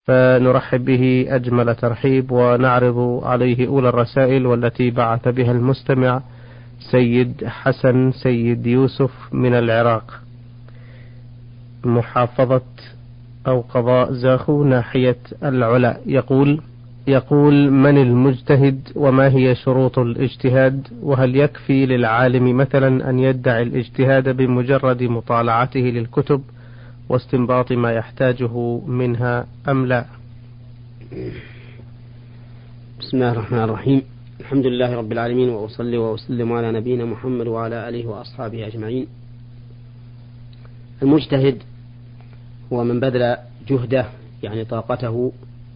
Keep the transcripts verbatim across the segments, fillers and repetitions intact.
فنرحب به أجمل ترحيب ونعرض عليه أولى الرسائل والتي بعث بها المستمع سيد حسن سيد يوسف من العراق، محافظة أو قضاء زاخو ناحية العلا. يقول يقول من المجتهد وما هي شروط الاجتهاد؟ وهل يكفي للعالم مثلا أن يدعي الاجتهاد بمجرد مطالعته للكتب واستنباط ما يحتاجه منها أم لا؟ بسم الله الرحمن الرحيم. الحمد لله رب العالمين، وأصلي وأسلم على نبينا محمد وعلى آله وأصحابه أجمعين. المجتهد هو من بذل جهده يعني طاقته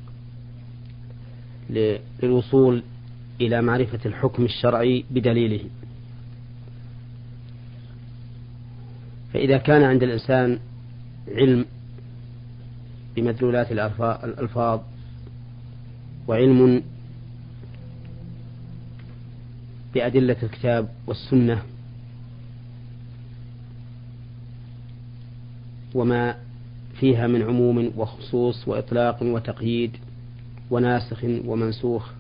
للوصول إلى معرفة الحكم الشرعي بدليله. فإذا كان عند الإنسان علم بمدلولات الألفاظ وعلم بأدلة الكتاب والسنة وما فيها من عموم وخصوص وإطلاق وتقييد وناسخ ومنسوخ،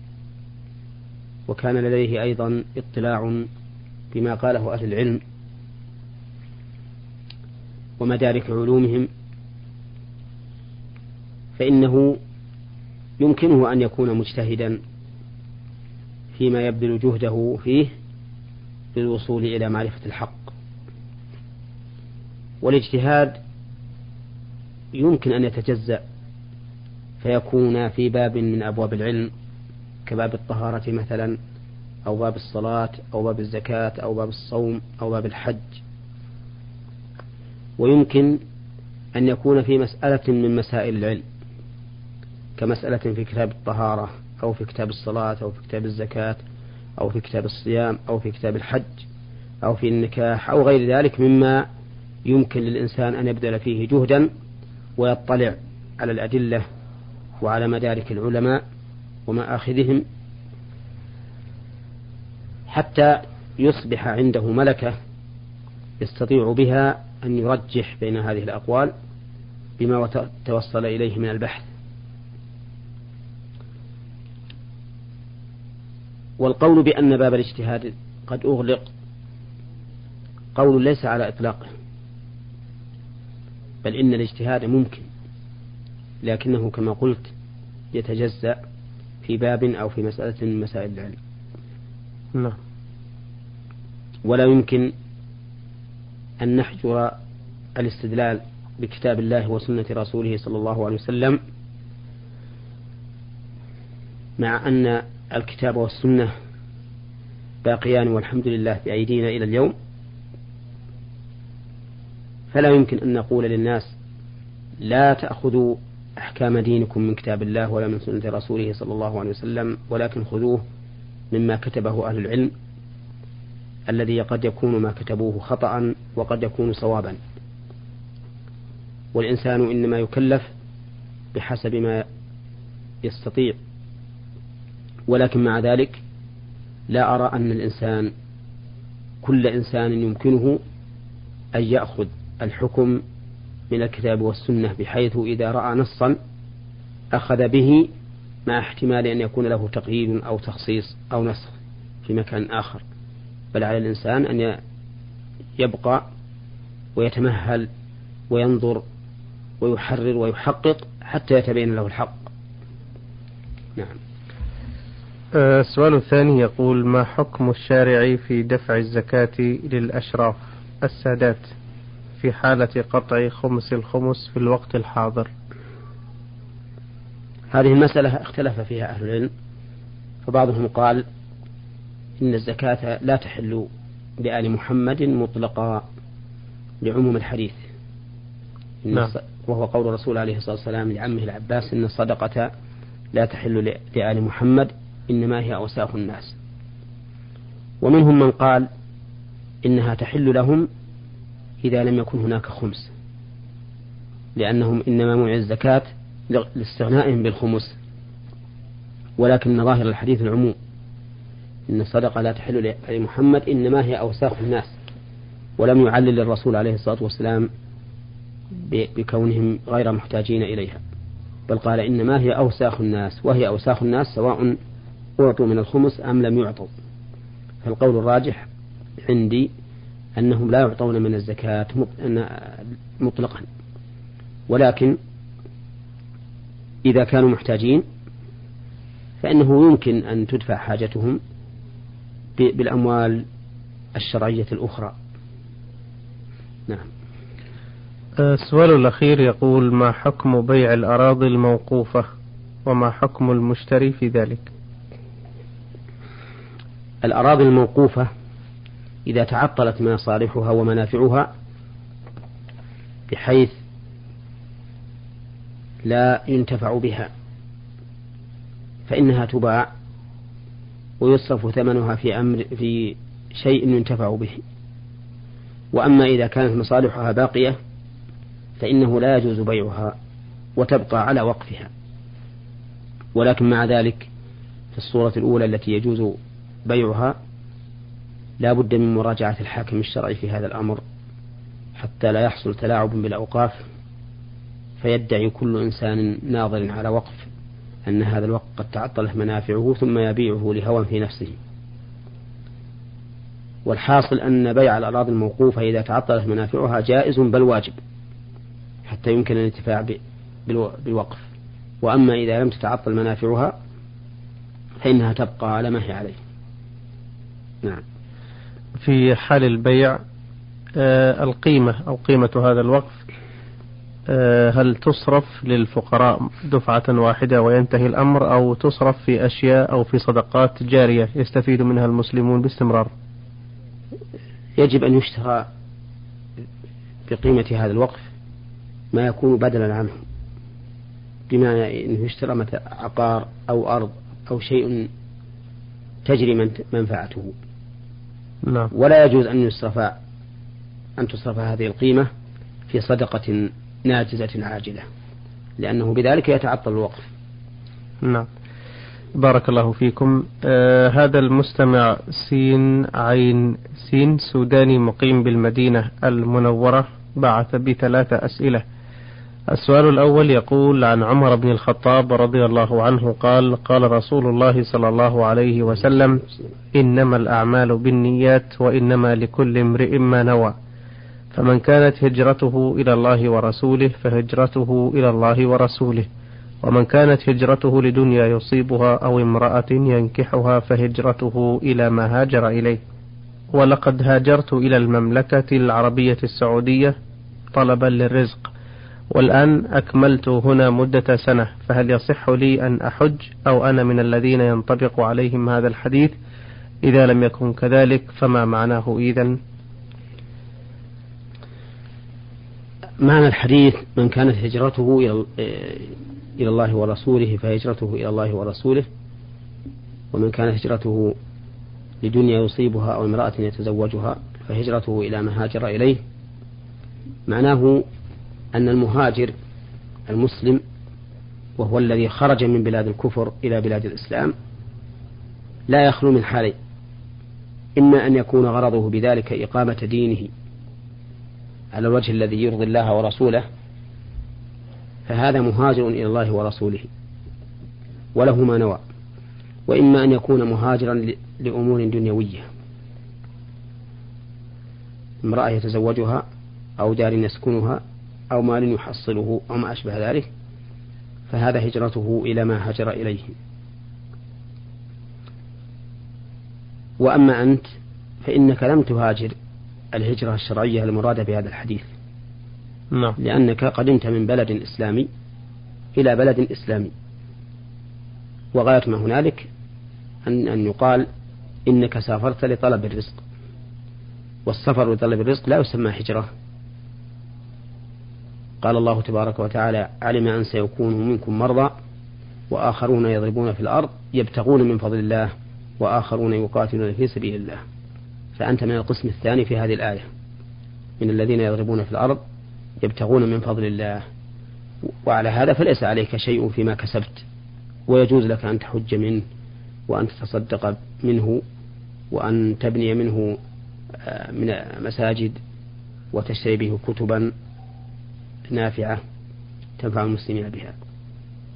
وكان لديه أيضا اطلاع بما قاله أهل العلم ومدارك علومهم، فإنه يمكنه أن يكون مجتهدا فيما يبذل جهده فيه للوصول إلى معرفة الحق. والاجتهاد يمكن أن يتجزأ فيكون في باب من أبواب العلم كباب الطهارة مثلا، أو باب الصلاة، أو باب الزكاة، أو باب الصوم، أو باب الحج. ويمكن أن يكون في مسألة من مسائل العلم كمسألة في كتاب الطهارة، أو في كتاب الصلاة، أو في كتاب الزكاة، أو في كتاب الصيام، أو في كتاب الحج، أو في النكاح، أو غير ذلك مما يمكن للإنسان أن يبذل فيه جهدا ويطلع على الأدلة وعلى مدارك العلماء ومآخذهم حتى يصبح عنده ملكة يستطيع بها أن يرجح بين هذه الأقوال بما توصل إليه من البحث. والقول بأن باب الاجتهاد قد أغلق قول ليس على إطلاقه، بل إن الاجتهاد ممكن، لكنه كما قلت يتجزأ في باب أو في مسألة من مسائل العلم. نعم. ولا يمكن أن نحجر الاستدلال بكتاب الله وسنة رسوله صلى الله عليه وسلم، مع أن الكتاب والسنة باقيان والحمد لله بأيدينا إلى اليوم. فلا يمكن أن نقول للناس لا تأخذوا أحكام دينكم من كتاب الله ولا من سنة رسوله صلى الله عليه وسلم، ولكن خذوه مما كتبه أهل العلم، الذي قد يكون ما كتبوه خطأ وقد يكون صوابا. والإنسان إنما يكلف بحسب ما يستطيع. ولكن مع ذلك لا أرى أن الإنسان كل إنسان يمكنه أن يأخذ الحكم من الكتاب والسنة، بحيث إذا رأى نصا أخذ به مع احتمال أن يكون له تقييد أو تخصيص أو نسخ في مكان آخر. بل على الإنسان أن يبقى ويتمهل وينظر ويحرر ويحقق حتى يتبين له الحق. نعم. السؤال الثاني يقول: ما حكم الشارع في دفع الزكاة للأشراف السادات في حالة قطع خمس الخمس في الوقت الحاضر؟ هذه المسألة اختلف فيها أهل العلم، فبعضهم قال إن الزكاة لا تحل لآل محمد مطلقا لعموم الحديث، نعم. وهو قول الرسول عليه الصلاة والسلام لعمه العباس: إن الصدقة لا تحل لآل محمد إنما هي أوساخ الناس. ومنهم من قال إنها تحل لهم إذا لم يكن هناك خمس، لأنهم إنما منع الزكاة لاستغنائهم بالخمس، ولكن ظاهر الحديث العموم: إن الصدقة لا تحل لآل محمد إنما هي أوساخ الناس، ولم يعلل الرسول عليه الصلاة والسلام بكونهم غير محتاجين إليها. بل قال إنما هي أوساخ الناس، وهي أوساخ الناس سواء أعطوا من الخمس أم لم يعطوا. فالقول الراجح عندي أنهم لا يعطون من الزكاة مطلقا، ولكن إذا كانوا محتاجين فإنه يمكن أن تدفع حاجتهم بالأموال الشرعية الأخرى. نعم. السؤال الأخير يقول: ما حكم بيع الأراضي الموقوفة، وما حكم المشتري في ذلك؟ الأراضي الموقوفة إذا تعطلت مصالحها ومنافعها بحيث لا ينتفع بها فإنها تباع ويصرف ثمنها في أمر في شيء ينتفع به. وأما إذا كانت مصالحها باقية فإنه لا يجوز بيعها وتبقى على وقفها. ولكن مع ذلك في الصورة الأولى التي يجوز بيعها لا بد من مراجعة الحاكم الشرعي في هذا الأمر حتى لا يحصل تلاعب بالأوقاف فيدعي كل إنسان ناظر على وقف أن هذا الوقت قد تعطلت منافعه ثم يبيعه لهوى في نفسه. والحاصل أن بيع الأراضي الموقوفة إذا تعطلت منافعها جائز بل واجب حتى يمكن الانتفاع بالوقف. وأما إذا لم تتعطل منافعها فإنها تبقى على ما هي عليه. نعم. في حال البيع آه القيمة أو قيمة هذا الوقف آه هل تصرف للفقراء دفعة واحدة وينتهي الأمر، أو تصرف في أشياء أو في صدقات جارية يستفيد منها المسلمون باستمرار؟ يجب أن يشترى بقيمة هذا الوقف ما يكون بدلا عنه، بمعنى أنه يشترى مثل عقار أو أرض أو شيء تجري منفعته. نعم. ولا يجوز أن يصرف أن تصرف هذه القيمة في صدقة ناجزة عاجلة لأنه بذلك يتعطل الوقف. نعم. بارك الله فيكم. آه هذا المستمع سين عين سين سوداني مقيم بالمدينة المنورة بعث بثلاث أسئلة. السؤال الأول يقول: عن عمر بن الخطاب رضي الله عنه قال: قال رسول الله صلى الله عليه وسلم: إنما الأعمال بالنيات وإنما لكل امرئ ما نوى، فمن كانت هجرته إلى الله ورسوله فهجرته إلى الله ورسوله، ومن كانت هجرته لدنيا يصيبها أو امرأة ينكحها فهجرته إلى ما هاجر إليه. ولقد هاجرت إلى المملكة العربية السعودية طلبا للرزق، والآن أكملت هنا مدة سنة، فهل يصح لي أن أحج أو أنا من الذين ينطبق عليهم هذا الحديث؟ إذا لم يكن كذلك فما معناه إذن؟ معنى الحديث: من كانت هجرته إلى الله ورسوله فهجرته إلى الله ورسوله، ومن كانت هجرته لدنيا يصيبها أو امرأة يتزوجها فهجرته إلى ما هاجر إليه. معناه أن المهاجر المسلم وهو الذي خرج من بلاد الكفر إلى بلاد الإسلام لا يخلو من حالين: إما أن يكون غرضه بذلك إقامة دينه على الوجه الذي يرضي الله ورسوله فهذا مهاجر إلى الله ورسوله وله ما نوى، وإما أن يكون مهاجرا لأمور دنيوية، امرأة يتزوجها أو دار يسكنها أو مال يحصله أو ما أشبه ذلك، فهذا هجرته إلى ما هاجر إليه. وأما أنت فإنك لم تهاجر الهجرة الشرعية المرادة بهذا الحديث، نعم. لأنك قدمت من بلد إسلامي إلى بلد إسلامي، وغاية ما هنالك أن, أن يقال إنك سافرت لطلب الرزق، والسفر لطلب الرزق لا يسمى هجرة. قال الله تبارك وتعالى: علم أن سيكون منكم مرضى وآخرون يضربون في الأرض يبتغون من فضل الله وآخرون يقاتلون في سبيل الله. فأنت من القسم الثاني في هذه الآية، من الذين يضربون في الأرض يبتغون من فضل الله. وعلى هذا فليس عليك شيء فيما كسبت، ويجوز لك أن تحج منه وأن تتصدق منه وأن تبني منه من مساجد وتشتري به كتبا نافعة تنفع المسلمين بها.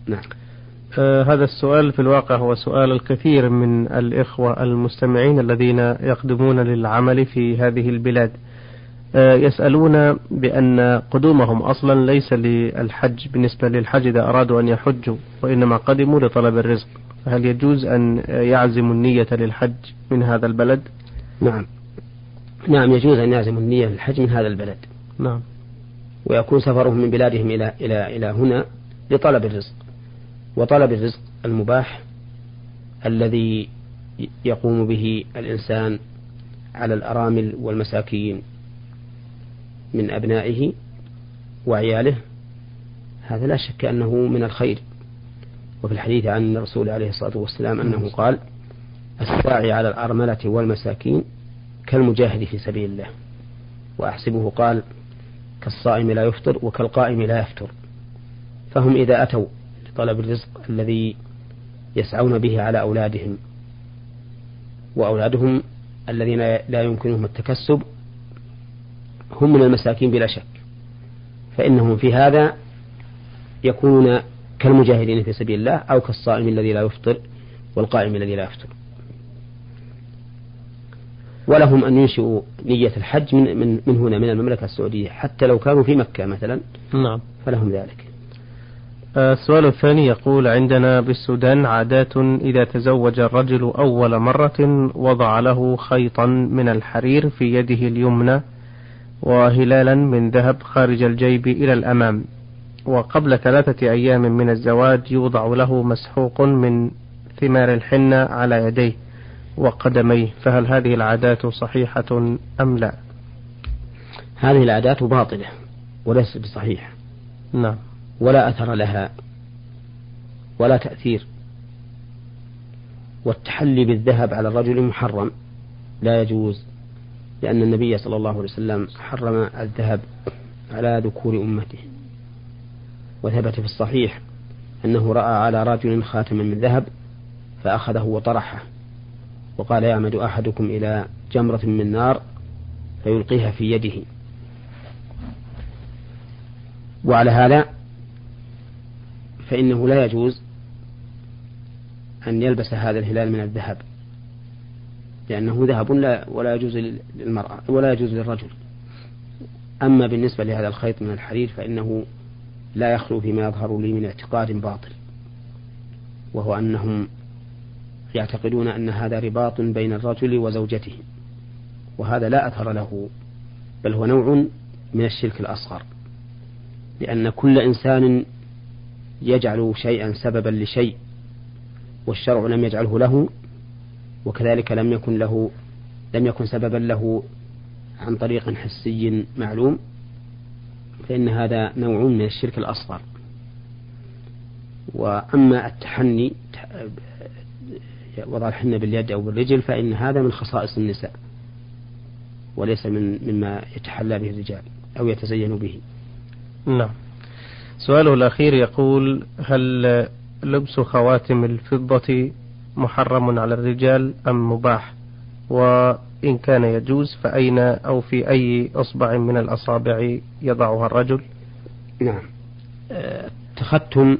نعم. آه هذا السؤال في الواقع هو سؤال الكثير من الإخوة المستمعين الذين يقدمون للعمل في هذه البلاد. آه يسألون بأن قدومهم أصلا ليس للحج بالنسبة للحج إذا أرادوا أن يحجوا، وإنما قدموا لطلب الرزق، فهل يجوز أن يعزموا النية للحج من هذا البلد؟ نعم نعم يجوز أن يعزموا النية للحج من هذا البلد. نعم. ويكون سفرهم من بلادهم إلى إلى إلى هنا لطلب الرزق، وطلب الرزق المباح الذي يقوم به الإنسان على الأرامل والمساكين من أبنائه وعياله، هذا لا شك أنه من الخير. وفي الحديث عن الرسول عليه الصلاة والسلام أنه قال: الساعي على الأرملة والمساكين كالمجاهد في سبيل الله. وأحسبه قال: كالصائم لا يفطر وكالقائم لا يفتر. فهم إذا أتوا لطلب الرزق الذي يسعون به على أولادهم، وأولادهم الذين لا يمكنهم التكسب هم من المساكين بلا شك، فإنهم في هذا يكونون كالمجاهدين في سبيل الله أو كالصائم الذي لا يفطر والقائم الذي لا يفطر. ولهم أن ينشئوا نية الحج من, من, من هنا من المملكة السعودية، حتى لو كانوا في مكة مثلا. نعم. فلهم ذلك. السؤال الثاني يقول: عندنا بالسودان عادات إذا تزوج الرجل أول مرة وضع له خيطا من الحرير في يده اليمنى وهلالا من ذهب خارج الجيب إلى الأمام، وقبل ثلاثة أيام من الزواج يوضع له مسحوق من ثمار الحنة على يديه وقدميه، فهل هذه العادات صحيحة أم لا؟ هذه العادات باطلة وليست بصحيحة. نعم. ولا أثر لها ولا تأثير. والتحلي بالذهب على الرجل محرم لا يجوز، لأن النبي صلى الله عليه وسلم حرم الذهب على ذكور أمته. وثبت في الصحيح أنه رأى على رجل خاتما من ذهب فأخذه وطرحه، وقال: يعمد أحدكم إلى جمرة من نار فيلقيها في يده. وعلى هذا فإنه لا يجوز أن يلبس هذا الهلال من الذهب، لأنه ذهب لا ولا يجوز للمرأة ولا يجوز للرجل. أما بالنسبة لهذا الخيط من الحرير فإنه لا يخلو فيما يظهر لي من اعتقاد باطل، وهو أنهم يعتقدون أن هذا رباط بين الرجل وزوجته، وهذا لا أثر له، بل هو نوع من الشرك الأصغر، لأن كل إنسان يجعل شيئا سببا لشيء والشرع لم يجعله له، وكذلك لم يكن له لم يكن سببا له عن طريق حسي معلوم، فإن هذا نوع من الشرك الأصغر. وأما التحني وضع الحنة باليد أو بالرجل فإن هذا من خصائص النساء وليس من مما يتحلى به الرجال أو يتزين به. نعم. سؤاله الأخير يقول: هل لبس خواتم الفضة محرم على الرجال أم مباح؟ وإن كان يجوز فأين أو في أي أصبع من الأصابع يضعها الرجل؟ نعم. التختم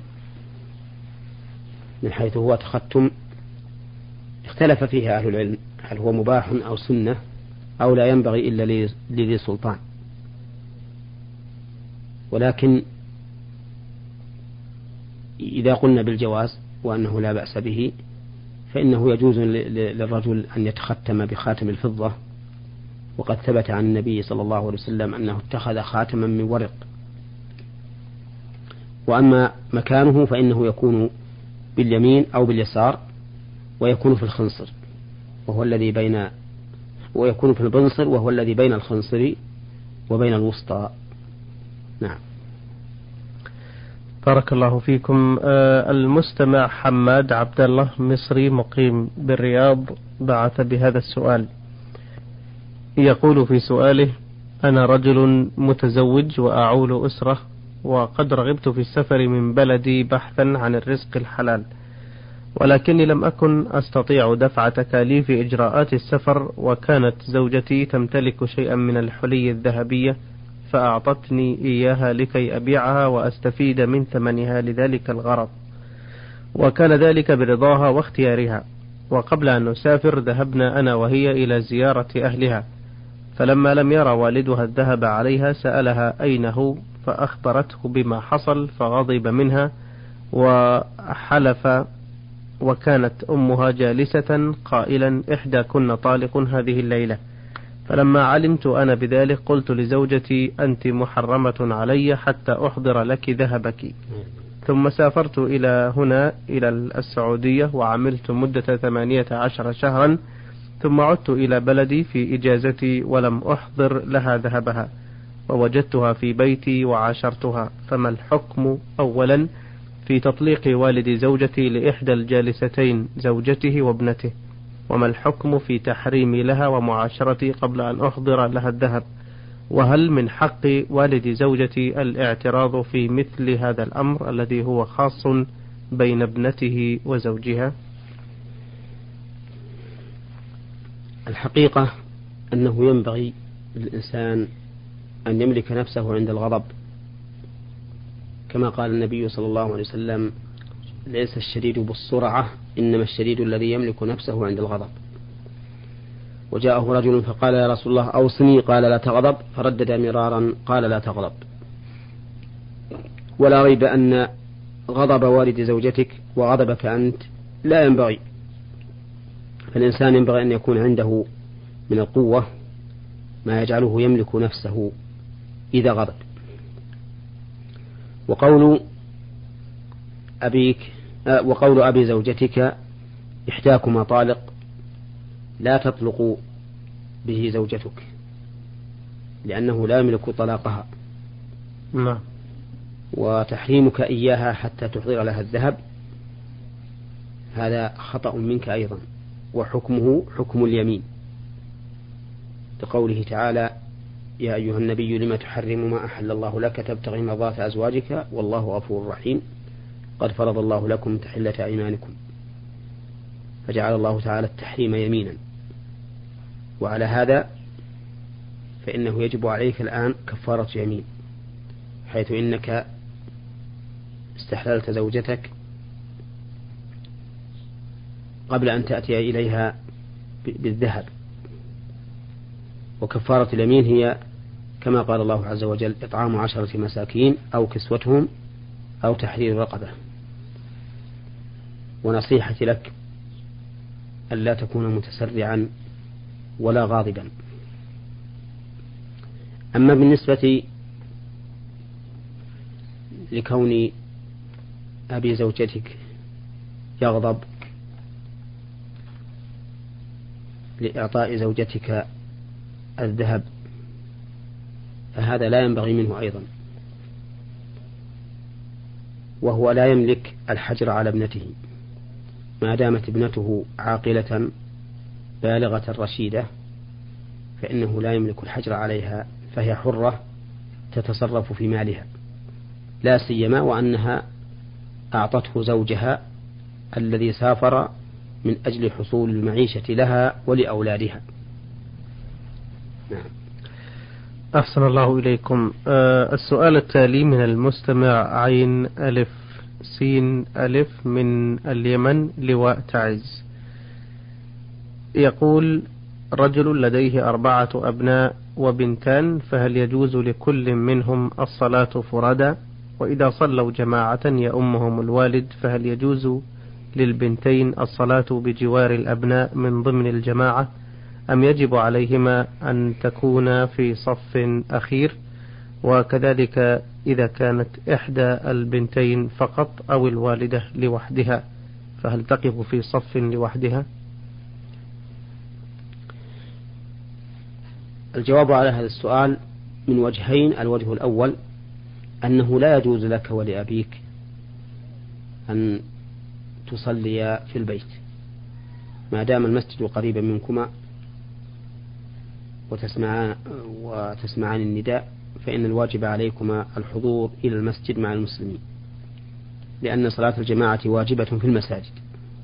من حيث هو تختم اختلف فيها أهل العلم، هل هو مباح أو سنة أو لا ينبغي إلا لذي سلطان. ولكن إذا قلنا بالجواز وأنه لا بأس به فإنه يجوز للرجل أن يتختم بخاتم الفضة، وقد ثبت عن النبي صلى الله عليه وسلم أنه اتخذ خاتما من ورق. وأما مكانه فإنه يكون باليمين أو باليسار، ويكون في الخنصر وهو الذي بين ويكون في البنصر وهو الذي بين الخنصر وبين الوسطى. نعم. بارك الله فيكم. آه المستمع حماد عبد الله مصري مقيم بالرياض بعث بهذا السؤال، يقول في سؤاله: أنا رجل متزوج وأعول أسرة، وقد رغبت في السفر من بلدي بحثا عن الرزق الحلال، ولكني لم أكن أستطيع دفع تكاليف إجراءات السفر، وكانت زوجتي تمتلك شيئا من الحلي الذهبية فأعطتني إياها لكي أبيعها وأستفيد من ثمنها لذلك الغرض، وكان ذلك برضاها واختيارها. وقبل أن نسافر ذهبنا أنا وهي إلى زيارة أهلها، فلما لم يرى والدها الذهب عليها سألها أين هو، فأخبرته بما حصل فغضب منها وحلف، وكانت أمها جالسة قائلا إحدى كن طالق هذه الليلة. فلما علمت أنا بذلك قلت لزوجتي أنت محرمة علي حتى أحضر لك ذهبك. ثم سافرت إلى هنا إلى السعودية وعملت مدة ثمانية عشر شهرا، ثم عدت إلى بلدي في إجازتي ولم أحضر لها ذهبها، ووجدتها في بيتي وعاشرتها. فما الحكم أولا في تطليق والد زوجتي لإحدى الجالستين زوجته وابنته؟ وما الحكم في تحريمي لها ومعاشرتي قبل أن أحضر لها الذهب؟ وهل من حق والد زوجتي الاعتراض في مثل هذا الأمر الذي هو خاص بين ابنته وزوجها؟ الحقيقة أنه ينبغي للإنسان أن يملك نفسه عند الغضب، كما قال النبي صلى الله عليه وسلم ليس الشديد بالسرعة إنما الشديد الذي يملك نفسه عند الغضب. وجاءه رجل فقال يا رسول الله أوصني، قال لا تغضب، فردد مرارا قال لا تغضب. ولا ريب أن غضب والد زوجتك وغضبك أنت لا ينبغي، فالإنسان ينبغي أن يكون عنده من القوة ما يجعله يملك نفسه إذا غضب. وقول أبيك آه وقول أبي زوجتك إحداكما طالق لا تطلق به زوجتك، لأنه لا يملك طلاقها. نعم. وتحريمك إياها حتى تحضر لها الذهب هذا خطأ منك أيضا، وحكمه حكم اليمين، لقوله تعالى يا أيها النبي لما تحرم ما أحل الله لك تبتغي مرضات أزواجك والله غفور رحيم قد فرض الله لكم تحلة أيمانكم. فجعل الله تعالى التحريم يمينا، وعلى هذا فإنه يجب عليك الآن كفارة يمين، حيث إنك استحللت زوجتك قبل أن تأتي إليها بالذهب. وكفارة اليمين هي كما قال الله عز وجل إطعام عشرة مساكين أو كسوتهم أو تحرير رقبة. ونصيحتي لك ألا تكون متسرعا ولا غاضبا. أما بالنسبة لكون أبي زوجتك يغضب لإعطاء زوجتك الذهب فهذا لا ينبغي منه أيضا، وهو لا يملك الحجر على ابنته ما دامت ابنته عاقلة بالغة رشيدة، فإنه لا يملك الحجر عليها، فهي حرة تتصرف في مالها، لا سيما وأنها أعطته زوجها الذي سافر من أجل حصول المعيشة لها ولأولادها. نعم. أحسن الله إليكم. أه السؤال التالي من المستمع عين ألف سين ألف من اليمن لواء تعز، يقول رجل لديه أربعة أبناء وبنتان، فهل يجوز لكل منهم الصلاة فرادى؟ وإذا صلوا جماعة يؤمهم الوالد فهل يجوز للبنتين الصلاة بجوار الأبناء من ضمن الجماعة، أم يجب عليهما أن تكون في صف أخير؟ وكذلك إذا كانت إحدى البنتين فقط أو الوالدة لوحدها فهل تقف في صف لوحدها؟ الجواب على هذا السؤال من وجهين. الوجه الأول أنه لا يجوز لك ولأبيك أن تصلي في البيت ما دام المسجد قريبا منكما وتسمعان, وتسمعان النداء، فإن الواجب عليكما الحضور إلى المسجد مع المسلمين، لأن صلاة الجماعة واجبة في المساجد.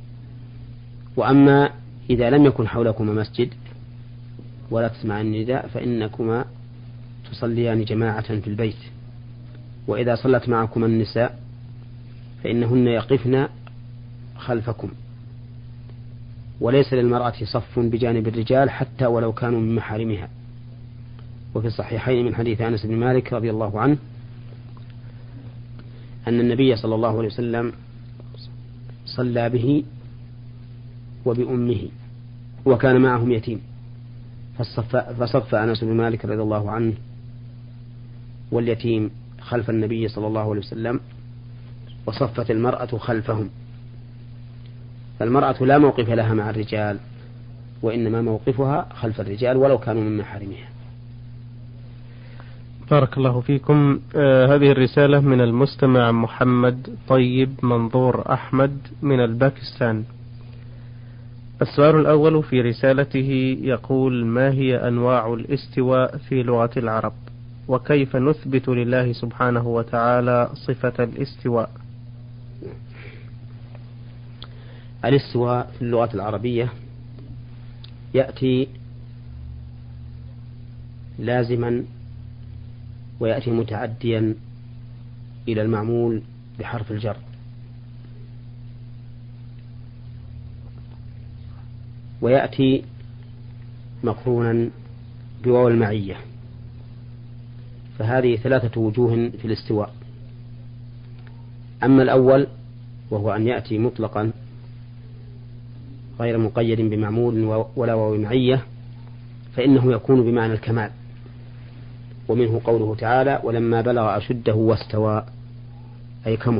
وأما إذا لم يكن حولكما مسجد ولا تسمعان النداء فإنكما تصليان جماعة في البيت. وإذا صلت معكما النساء فإنهن يقفن خلفكم، وليس للمرأة صف بجانب الرجال حتى ولو كانوا من محارمها. وفي الصحيحين من حديث أنس بن مالك رضي الله عنه أن النبي صلى الله عليه وسلم صلى به وبأمه وكان معهم يتيم، فصف, فصف أنس بن مالك رضي الله عنه واليتيم خلف النبي صلى الله عليه وسلم، وصفت المرأة خلفهم. فالمرأة لا موقف لها مع الرجال، وإنما موقفها خلف الرجال ولو كانوا من محارمها. بارك الله فيكم. آه هذه الرسالة من المستمع محمد طيب منظور أحمد من الباكستان. السؤال الأول في رسالته يقول: ما هي أنواع الاستواء في لغة العرب؟ وكيف نثبت لله سبحانه وتعالى صفة الاستواء؟ الاستواء في اللغة العربية يأتي لازما ويأتي متعديا إلى المعمول بحرف الجر، ويأتي مقرونا بواو المعية. فهذه ثلاثة وجوه في الاستواء. أما الأول وهو أن يأتي مطلقا غير مقيد بمعمول ولا واو معية، فإنه يكون بمعنى الكمال، ومنه قوله تعالى: ولما بلغ أشده واستوى، أي كمل.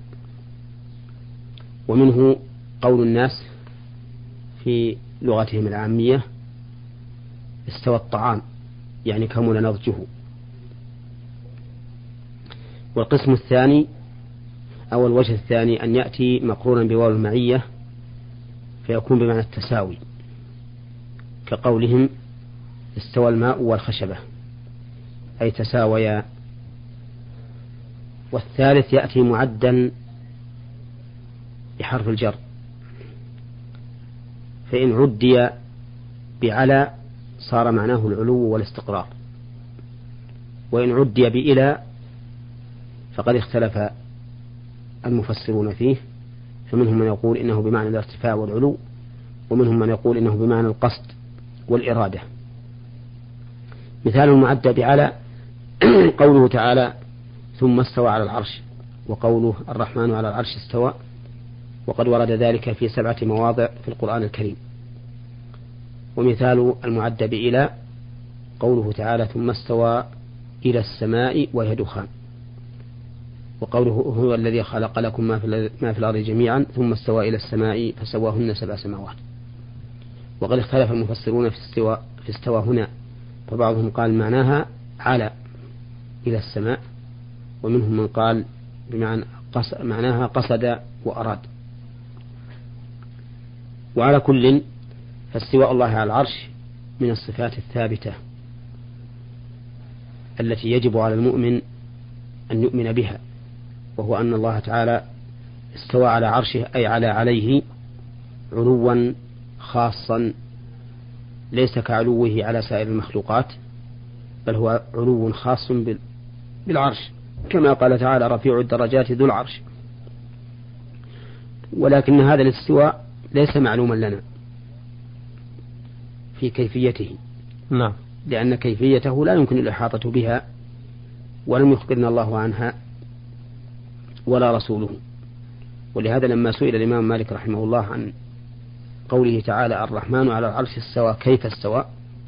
ومنه قول الناس في لغتهم العامية: استوى الطعام، يعني كمل نضجه. والقسم الثاني أو الوجه الثاني أن يأتي مقرونا بواو المعية فيكون بمعنى التساوي، كقولهم: استوى الماء والخشبة، أي تساويا. والثالث يأتي معدا بحرف الجر، فإن عدي بعلى صار معناه العلو والاستقرار، وإن عدي بإلى فقد اختلف المفسرون فيه، فمنهم من يقول إنه بمعنى الارتفاع والعلو، ومنهم من يقول إنه بمعنى القصد والإرادة. مثال المعدى بعلى قوله تعالى: ثم استوى على العرش، وقوله: الرحمن على العرش استوى، وقد ورد ذلك في سبعة مواضع في القرآن الكريم. ومثال المعدى بإلى قوله تعالى: ثم استوى إلى السماء وهي دخان، وقوله: هو الذي خلق لكم ما في ما في الأرض جميعا ثم استوى إلى السماء فسواهن سبع سماوات. وقد اختلف المفسرون في استوى في استوى هنا، فبعضهم قال معناها على إلى السماء، ومنهم من قال بمعنى قص معناها قصد وأراد. وعلى كل فاستواء الله على العرش من الصفات الثابتة التي يجب على المؤمن أن يؤمن بها، وهو أن الله تعالى استوى على عرشه أي على عليه علوا خاصا ليس كعلوه على سائر المخلوقات، بل هو علو خاص بالعرش، كما قال تعالى: رفيع الدرجات ذو العرش. ولكن هذا الاستواء ليس معلوما لنا في كيفيته، نعم، لأن كيفيته لا يمكن الإحاطة بها، ولم يخبرنا الله عنها ولا رسوله. ولهذا لما سئل الإمام مالك رحمه الله عن قوله تعالى: الرحمن على العرش استوى، كيف استوى؟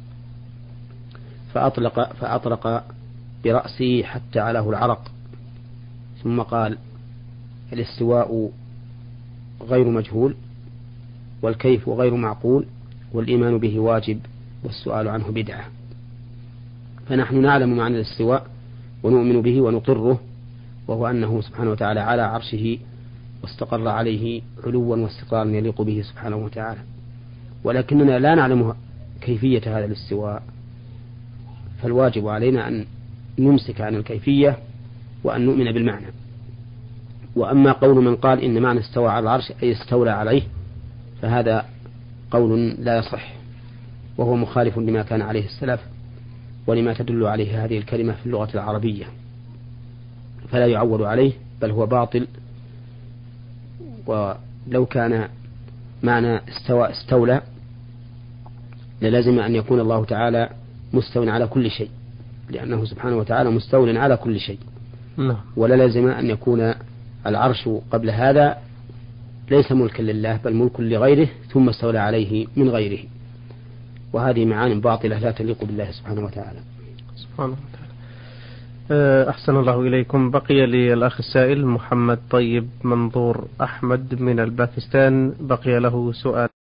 فأطلق, فأطلق برأسه حتى علاه العرق، ثم قال: الاستواء غير مجهول، والكيف غير معقول، والإيمان به واجب، والسؤال عنه بدعة. فنحن نعلم معنى الاستواء ونؤمن به ونقره، وهو أنه سبحانه وتعالى على عرشه واستقر عليه علوا واستقرارا يليق به سبحانه وتعالى، ولكننا لا نعلم كيفية هذا الاستواء، فالواجب علينا أن نمسك عن الكيفية وأن نؤمن بالمعنى. وأما قول من قال إن معنى استوى على العرش أي استولى عليه، فهذا قول لا يصح، وهو مخالف لما كان عليه السلف ولما تدل عليه هذه الكلمة في اللغة العربية، فلا يعول عليه، بل هو باطل لو كان معنى استوى استولى للازم أن يكون الله تعالى مستو على كل شيء، لأنه سبحانه وتعالى مستول على كل شيء. نعم. ولا لازم أن يكون العرش قبل هذا ليس ملكا لله بل ملك لغيره ثم استولى عليه من غيره، وهذه معان باطلة لا تليق بالله سبحانه وتعالى. سبحانه وتعالى. أحسن الله إليكم. بقي للأخ السائل محمد طيب منظور أحمد من الباكستان، بقي له سؤال.